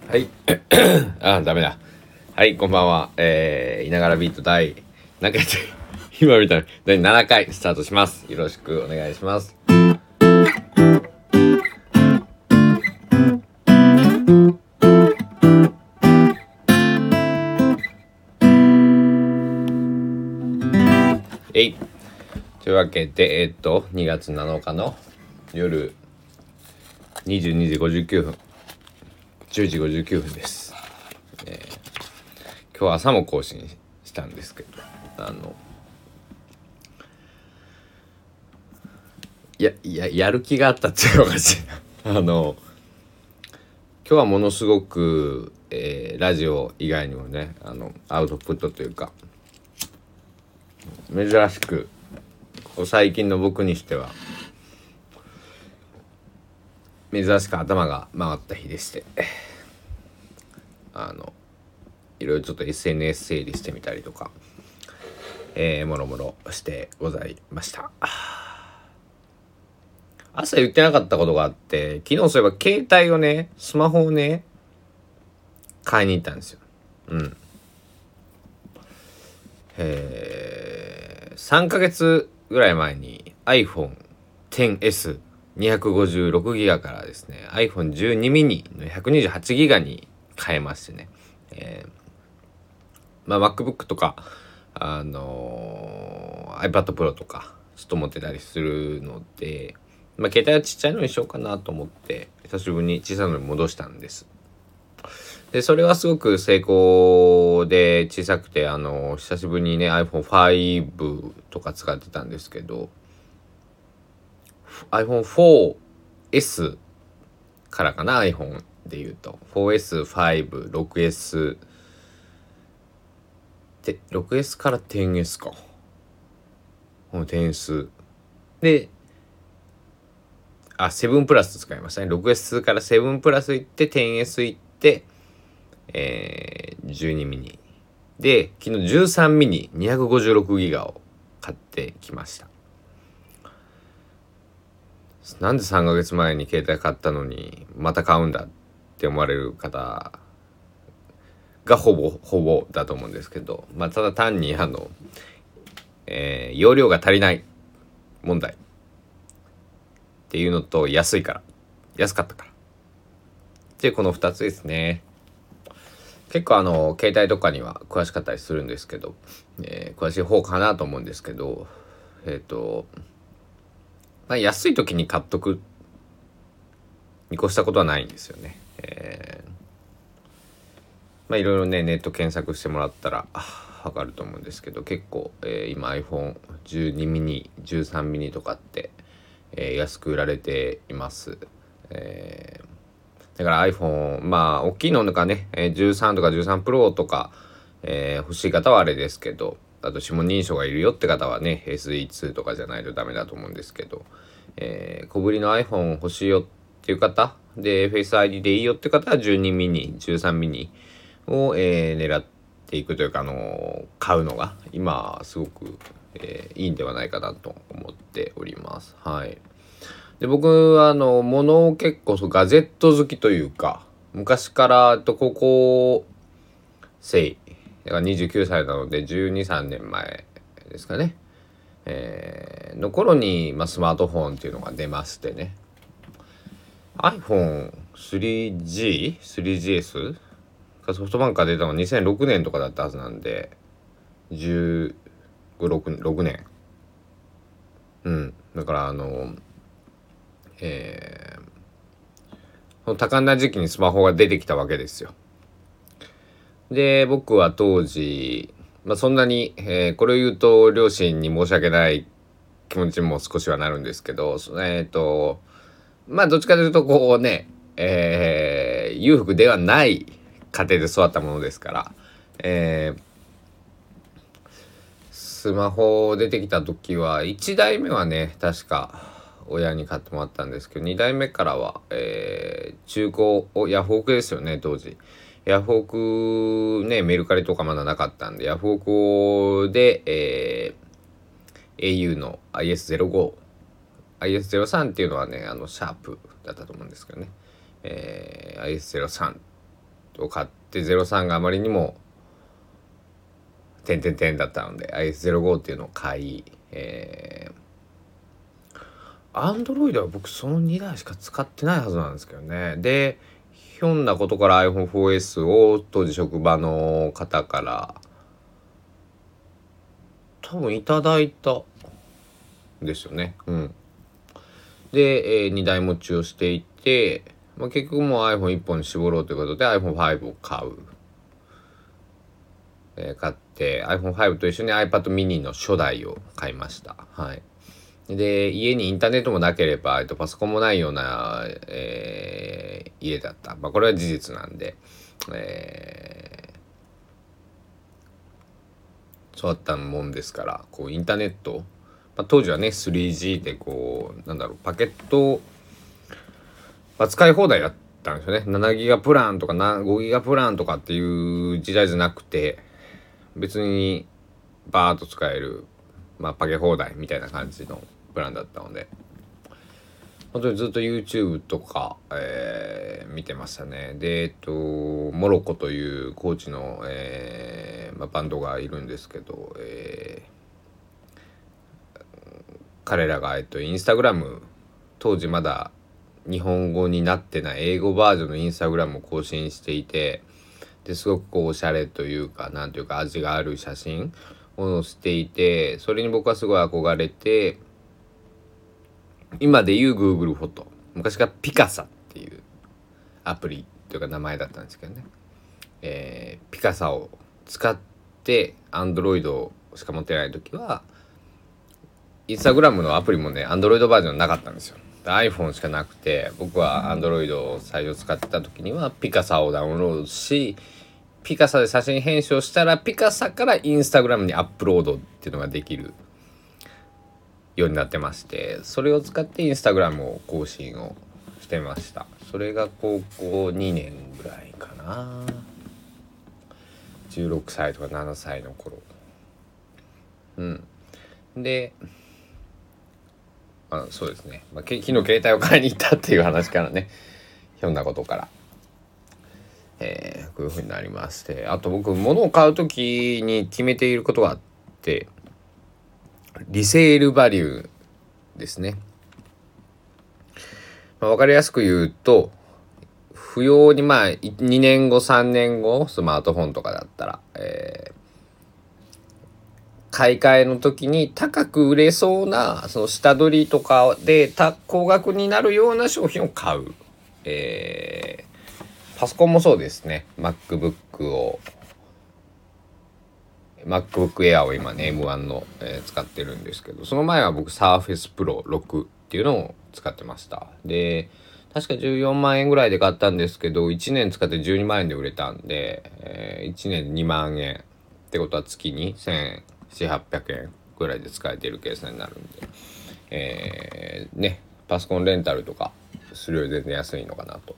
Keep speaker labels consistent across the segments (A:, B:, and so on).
A: はい。ダメだ。はい、こんばんは。いながらビート何回やってる今みたいな、第7回スタートします。よろしくお願いします。というわけで、2月7日の夜22時59分、10時59分です。今日朝も更新したんですけど、やる気があったっていうのがおかしいな。今日はものすごく、ラジオ以外にもね、アウトプットというか、珍しく、最近の僕にしては、珍しく頭が回った日でして、いろいろちょっと SNS 整理してみたりとか、もろもろしてございました。朝言ってなかったことがあって、昨日そういえば携帯をね、スマホをね、買いに行ったんですよ。3ヶ月ぐらい前に iPhone XS 256ギガからですね iPhone12 mini の128ギガに変えましてね、MacBook とかiPad Pro とかちょっと持ってたりするので、携帯はちっちゃいのにしようかなと思って久しぶりに小さいのに戻したんです。でそれはすごく成功で小さくて久しぶりにね iPhone5 とか使ってたんですけど iPhone4S からかな iPhone で言うと 4S、5、6S で 6S から 10S か10S で7プラス使いましたね。6S から7プラス行って 10S 行って12ミニで昨日13ミニ256ギガを買ってきました。なんで3ヶ月前に携帯買ったのにまた買うんだって思われる方がほぼだと思うんですけど、ただ単に容量が足りない問題っていうのと安かったからでこの2つですね。結構携帯とかには詳しかったりするんですけど、詳しい方かなと思うんですけど、安い時に買っとくに越したことはないんですよね。いろいろねネット検索してもらったらわかると思うんですけど、結構、今 iPhone12 ミニ13ミニとかって、安く売られています。だから iPhone 大きいのがね、13とか13 Pro とか、欲しい方はあれですけど、あと指紋認証がいるよって方はね SE2 とかじゃないとダメだと思うんですけど、小ぶりの iPhone 欲しいよっていう方で Face ID でいいよって方は12ミニ13ミニを、狙っていくというか買うのが今すごく、いいんではないかなと思っております。はい。で僕は物を結構ガジェット好きというか、昔から高校生だから29歳なので12、3年前ですかね、の頃に、スマートフォンっていうのが出ましてね、 iPhone3G、3GS がソフトバンクが出たのが2006年とかだったはずなんで15、6年。だからその多感な時期にスマホが出てきたわけですよ。で僕は当時、そんなに、これを言うと両親に申し訳ない気持ちも少しはなるんですけど、どっちかというとこうね、裕福ではない家庭で育ったものですから、スマホ出てきた時は1台目はね確か親に買ってもらったんですけど、2代目からは、中古ヤフオクですよね。当時ヤフオクね、メルカリとかまだなかったんでヤフオクで、au の IS05 IS03 っていうのはねシャープだったと思うんですけどね、IS03 を買って03があまりにも点々点だったので IS05 っていうのを買い、Android は僕その2台しか使ってないはずなんですけどね。でひょんなことから iPhone4S を当時職場の方から多分いただいたんですよね。で、2台持ちをしていて、結局もう iPhone1 本に絞ろうということで iPhone5 を買う。買って iPhone5 と一緒に iPad mini の初代を買いました。はい。で家にインターネットもなければ、パソコンもないような、家だった。これは事実なんで、そうだったもんですから、こうインターネット、当時はね 3G でこうパケット、使い放題だったんですよね。7ギガプランとか5ギガプランとかっていう時代じゃなくて、別にバーッと使える、パケ放題みたいな感じのプランだったので、本当にずっと YouTube とか、見てましたね。でモロコというコーチの、バンドがいるんですけど、彼らが、インスタグラム、当時まだ日本語になってない英語バージョンのインスタグラムを更新していて、ですごくこうおしゃれというかなんというか味がある写真を載せていて、それに僕はすごい憧れて、今でいう Google フォト、昔からピカサっていうアプリというか名前だったんですけどね、ピカサを使って Android しか持ってない時は、インスタグラムのアプリもね Android バージョンなかったんですよ。iPhone しかなくて、僕は Android を最初使ってた時にはピカサをダウンロードし、ピカサで写真編集をしたらピカサからインスタグラムにアップロードっていうのができるようになってまして、それを使ってインスタグラムを更新をしてました。それが高校2年ぐらいかな、16歳とか7歳の頃。でそうですね、昨日携帯を買いに行ったっていう話からね、ひょんなことから、こういう風になりまして、あと僕物を買う時に決めていることがあって、リセールバリューですね。分かりやすく言うと、不要に2年後3年後スマートフォンとかだったら、買い替えの時に高く売れそうなその下取りとかで高額になるような商品を買う。パソコンもそうですね。MacBook Air を今ね M1 の、使ってるんですけど、その前は僕 Surface Pro 6っていうのを使ってました。で確か14万円ぐらいで買ったんですけど、1年使って12万円で売れたんで、1年2万円ってことは月に1400-800円ぐらいで使えてる計算になるんで、パソコンレンタルとかするより全然安いのかなと、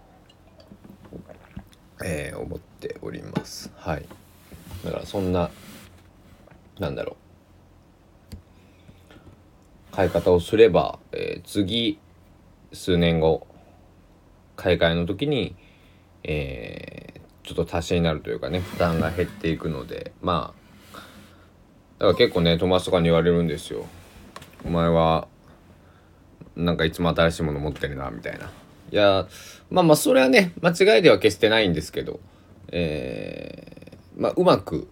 A: 思っております。はい。だからそんな買い方をすれば、次数年後買い替えの時に、ちょっと足しになるというかね、負担が減っていくので、だから結構ね友達とかに言われるんですよ。お前はなんかいつも新しいもの持ってるなみたいな。いやそれはね間違いでは決してないんですけど、うまく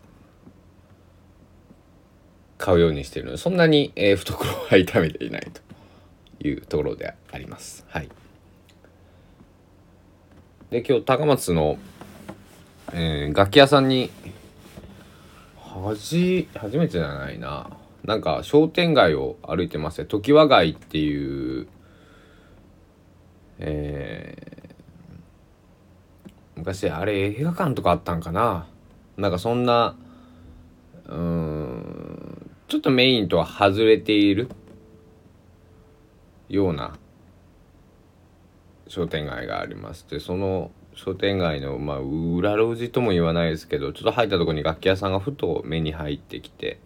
A: 買うようにしてるので、そんなに、懐は痛めていないというところであります。はい。で今日高松の、楽器屋さんに初めてじゃないな、なんか商店街を歩いてますね。常盤街っていう、昔あれ映画館とかあったんかな、なんかそんなちょっとメインとは外れているような商店街がありまして、その商店街の裏路地とも言わないですけど、ちょっと入ったところに楽器屋さんがふと目に入ってきて、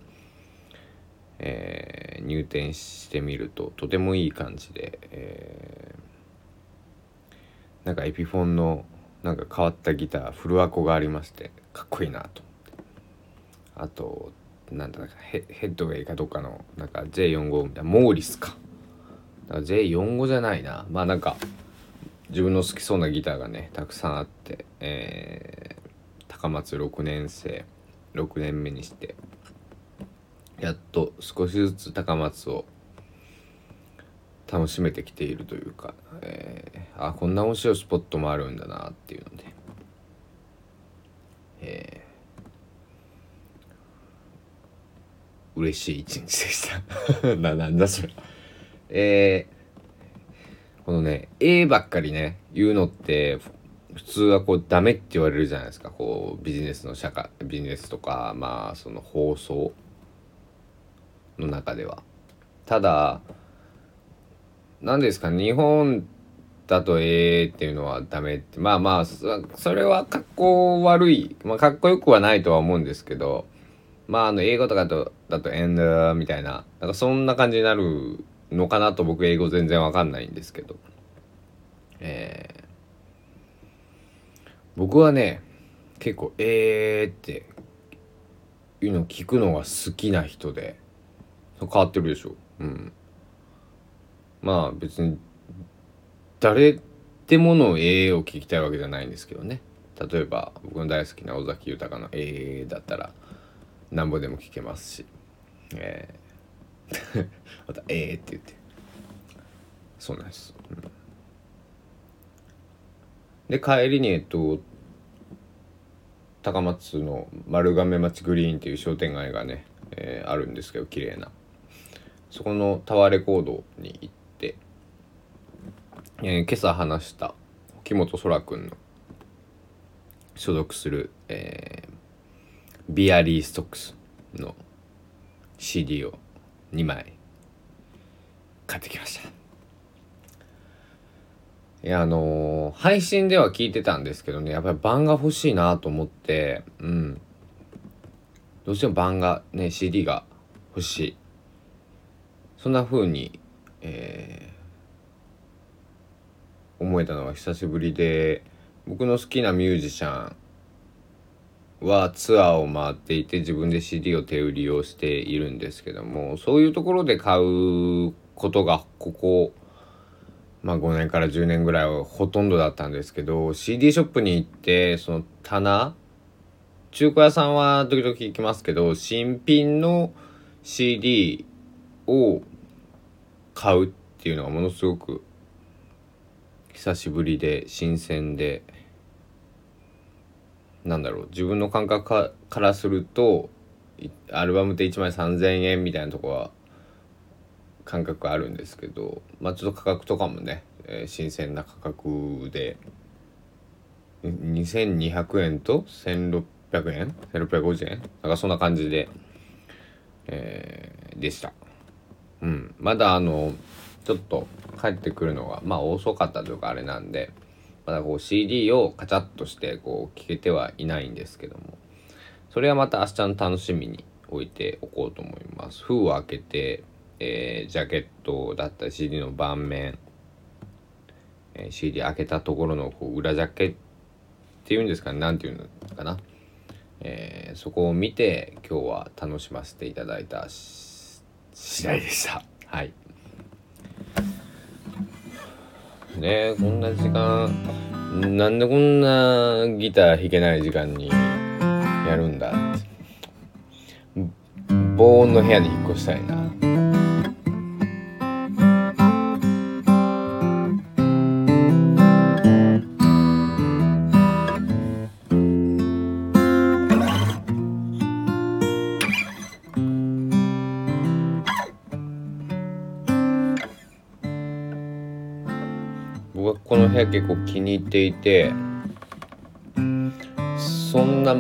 A: 入店してみるととてもいい感じで、なんかエピフォンのなんか変わったギターフルアコがありましてかっこいいなと。あとなんだかヘッドウェイかどっかのなんか J45 みたいなモーリスか。だから J45 じゃないな。まあなんか自分の好きそうなギターがねたくさんあって、高松6年生6年目にしてやっと少しずつ高松を楽しめてきているというか、こんな面白いスポットもあるんだなっていうので、嬉しい一日でしたなんだそれ。このね絵ばっかりね言うのって普通はこうダメって言われるじゃないですか。こうビジネスとかまあその放送の中では。ただ何ですか、日本だとっていうのはダメって、まあまあそれはかっこ悪い、まあかっこよくはないとは思うんですけど、まあ英語とかだとみたいな、なんかそんな感じになるのかなと。僕英語全然わかんないんですけど、僕はね結構っていうのを聞くのが好きな人で、変わってるでしょ。まあ別に誰でものを聞きたいわけじゃないんですけどね。例えば僕の大好きな尾崎豊のだったらなんぼでも聞けますし、またって言ってそうなんです。で帰りに高松の丸亀町グリーンっていう商店街がね、あるんですけど綺麗な、そこのタワーレコードに行って、今朝話した木本空くんの所属する、ビアリーストックスの CD を2枚買ってきました。いや配信では聞いてたんですけどね、やっぱり版が欲しいなと思って、どうしても版がね CD が欲しい、そんな風に、思えたのは久しぶりで、僕の好きなミュージシャンはツアーを回っていて自分で CD を手売りをしているんですけども、そういうところで買うことがここ5年から10年ぐらいはほとんどだったんですけど、 CD ショップに行ってその棚、中古屋さんは時々行きますけど新品の CD を買うっていうのがものすごく久しぶりで新鮮で、自分の感覚からするとアルバムって1枚3000円みたいなとこは感覚あるんですけど、ちょっと価格とかもね、新鮮な価格で2200円と1600円1650円なんかそんな感じで、でした。まだちょっと帰ってくるのが遅かったというかあれなんで、まだこう CD をカチャッとしてこう聴けてはいないんですけども、それはまた明日の楽しみに置いておこうと思います。封を開けて、ジャケットだったり CD の盤面、CD 開けたところのこう裏ジャケっていうんですかね、なんていうのかな、そこを見て今日は楽しませていただいた次第でした。はいね。こんな時間なんでこんなギター弾けない時間にやるんだって、防音の部屋に引っ越したいな。僕はこの部屋結構気に入っていて、そんな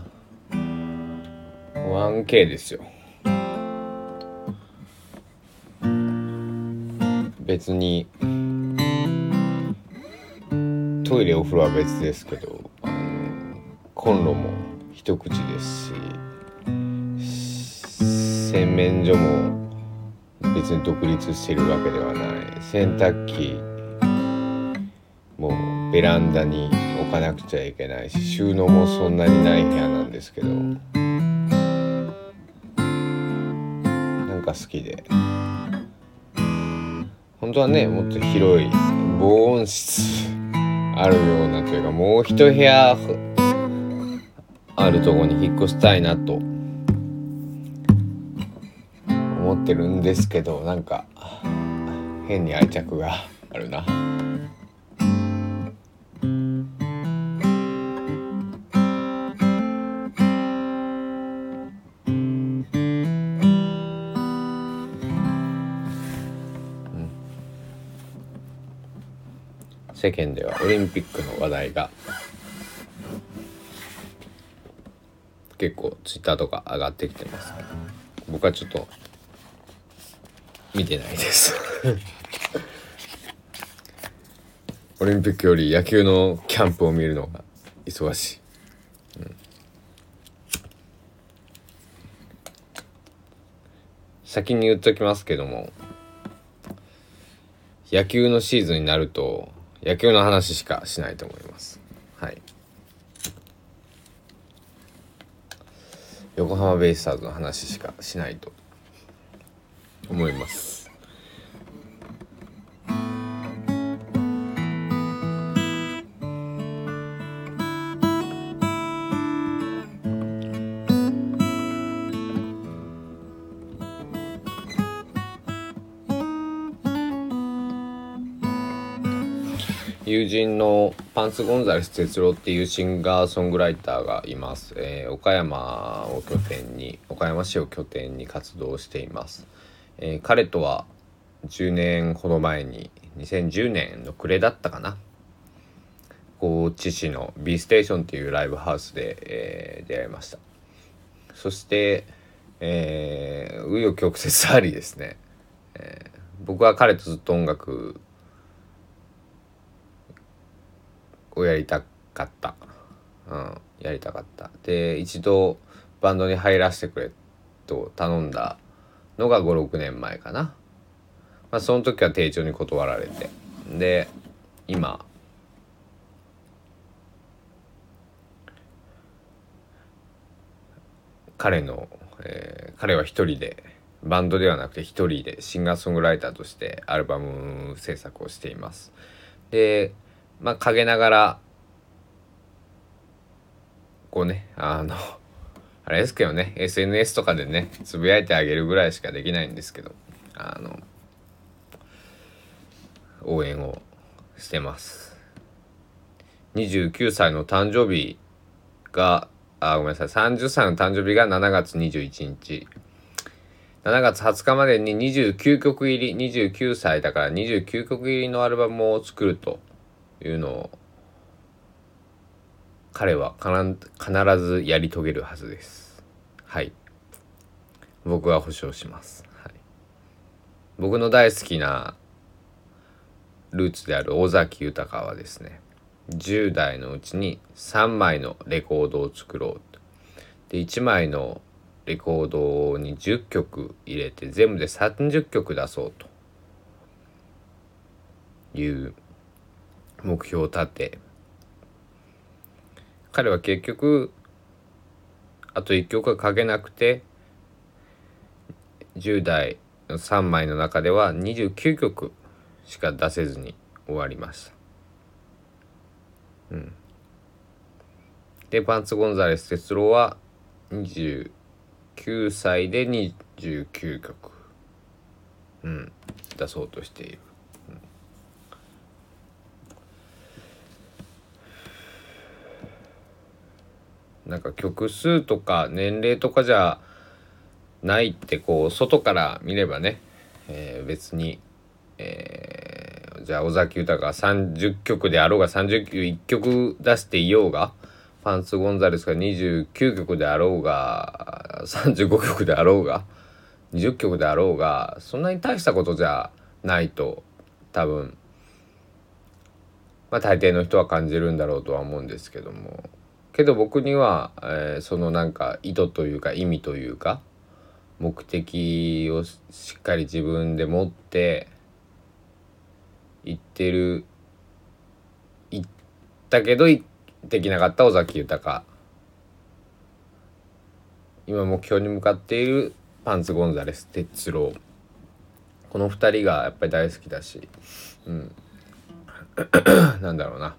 A: 1K ですよ。別にトイレお風呂は別ですけど、コンロも一口ですし、洗面所も別に独立しているわけではない。洗濯機もベランダに置かなくちゃいけないし、収納もそんなにない部屋なんですけど、なんか好きで、本当はねもっと広い防音室あるようなというか、もう一部屋あるところに引っ越したいなと思ってるんですけど、なんか変に愛着があるな。世間ではオリンピックの話題が結構ツイッターとか上がってきてますけど、僕はちょっと見てないですオリンピックより野球のキャンプを見るのが忙しい、先に言っときますけども、野球のシーズンになると野球の話しかしないと思います。はい。横浜ベイスターズの話しかしないと思います。友人のパンツ・ゴンザレス哲郎っていうシンガーソングライターがいます。岡山市を拠点に活動しています。彼とは10年ほど前に2010年の暮れだったかな、高知市の B ステーションっていうライブハウスで、出会いました。そして、紆余曲折ありですね、僕は彼とずっと音楽をやりたかった、で一度バンドに入らせてくれと頼んだのが5、6年前かな。その時は丁重に断られて、で今彼は一人で、バンドではなくて一人でシンガーソングライターとしてアルバム制作をしています。で陰ながらこうね、あれですけどね、 SNS とかでねつぶやいてあげるぐらいしかできないんですけど、応援をしてます。29歳の誕生日がごめんなさい、30歳の誕生日が7月21日、7月20日までに29曲入り、29歳だから29曲入りのアルバムを作るというのを彼は必ずやり遂げるはずです。はい、僕は保証します。はい、僕の大好きなルーツである尾崎豊はですね、10代のうちに3枚のレコードを作ろうと。で1枚のレコードに10曲入れて全部で30曲出そうという目標を立て、彼は結局あと1曲は書けなくて、10代の3枚の中では29曲しか出せずに終わりました。でパンツ・ゴンザレス哲郎は29歳で29曲、出そうとしている。なんか曲数とか年齢とかじゃないってこう外から見ればね、別に、じゃあ尾崎豊が30曲であろうが31曲出していようが、パンツ・ゴンザレスが29曲であろうが35曲であろうが20曲であろうが、そんなに大したことじゃないと多分大抵の人は感じるんだろうとは思うんですけども、けど僕には、そのなんか意図というか意味というか目的をしっかり自分で持って言ったけどできなかった尾崎豊、今目標に向かっているパンツゴンザレス哲郎、この2人がやっぱり大好きだし、なんだろうな、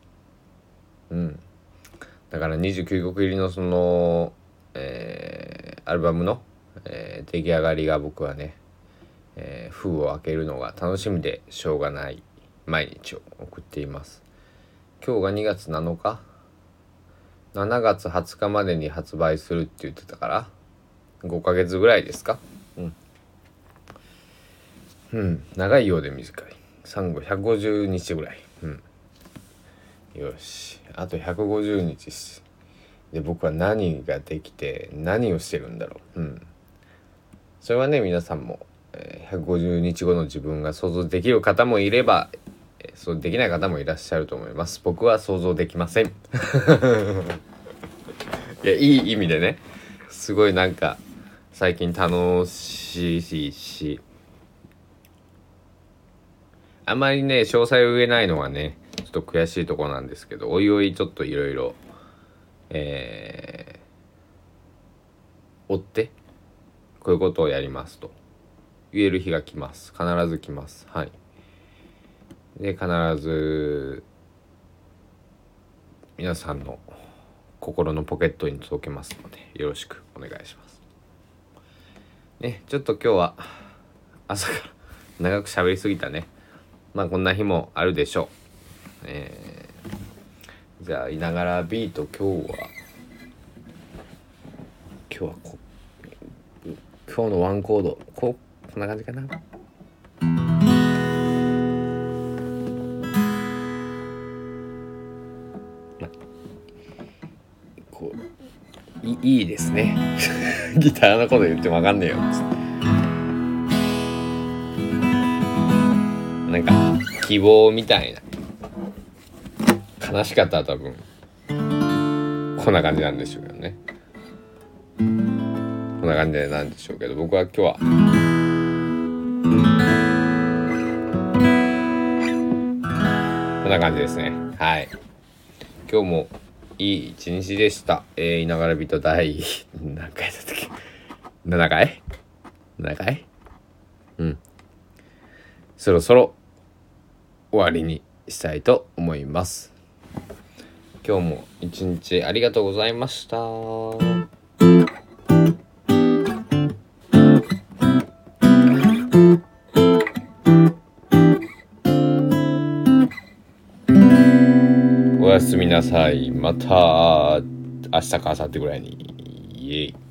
A: だから29曲入りのその、アルバムの、出来上がりが僕はね、封を開けるのが楽しみでしょうがない毎日を送っています。今日が2月7日、7月20日までに発売するって言ってたから5ヶ月ぐらいですか。長いようで短い。産後150日ぐらい。よし、あと150日で僕は何ができて何をしてるんだろう。それはね、皆さんも、150日後の自分が想像できる方もいれば、そうできない方もいらっしゃると思います。僕は想像できません。いや、いい意味でね、すごいなんか最近楽しいし、あまりね詳細を言えないのはねちょっと悔しいところなんですけど、おいおいちょっといろいろ追ってこういうことをやりますと言える日が来ます。必ず来ます。はい。で、必ず皆さんの心のポケットに届けますのでよろしくお願いしますね。ちょっと今日は朝から長く喋りすぎたね。まあこんな日もあるでしょう。じゃあいながらビート、今日は今日のワンコードこんな感じかな。こういいですね。ギターのこと言ってもわかんねえよっつって、なんか希望みたいな、悲しかったら多分こんな感じなんでしょうけどね。こんな感じなんでしょうけど、僕は今日はこんな感じですね。はい。今日もいい一日でした。いながらビート第何回だったっけ、7回7回そろそろ終わりにしたいと思います。今日も一日ありがとうございました。おやすみなさい。また明日か明後日ぐらいに。イエイ。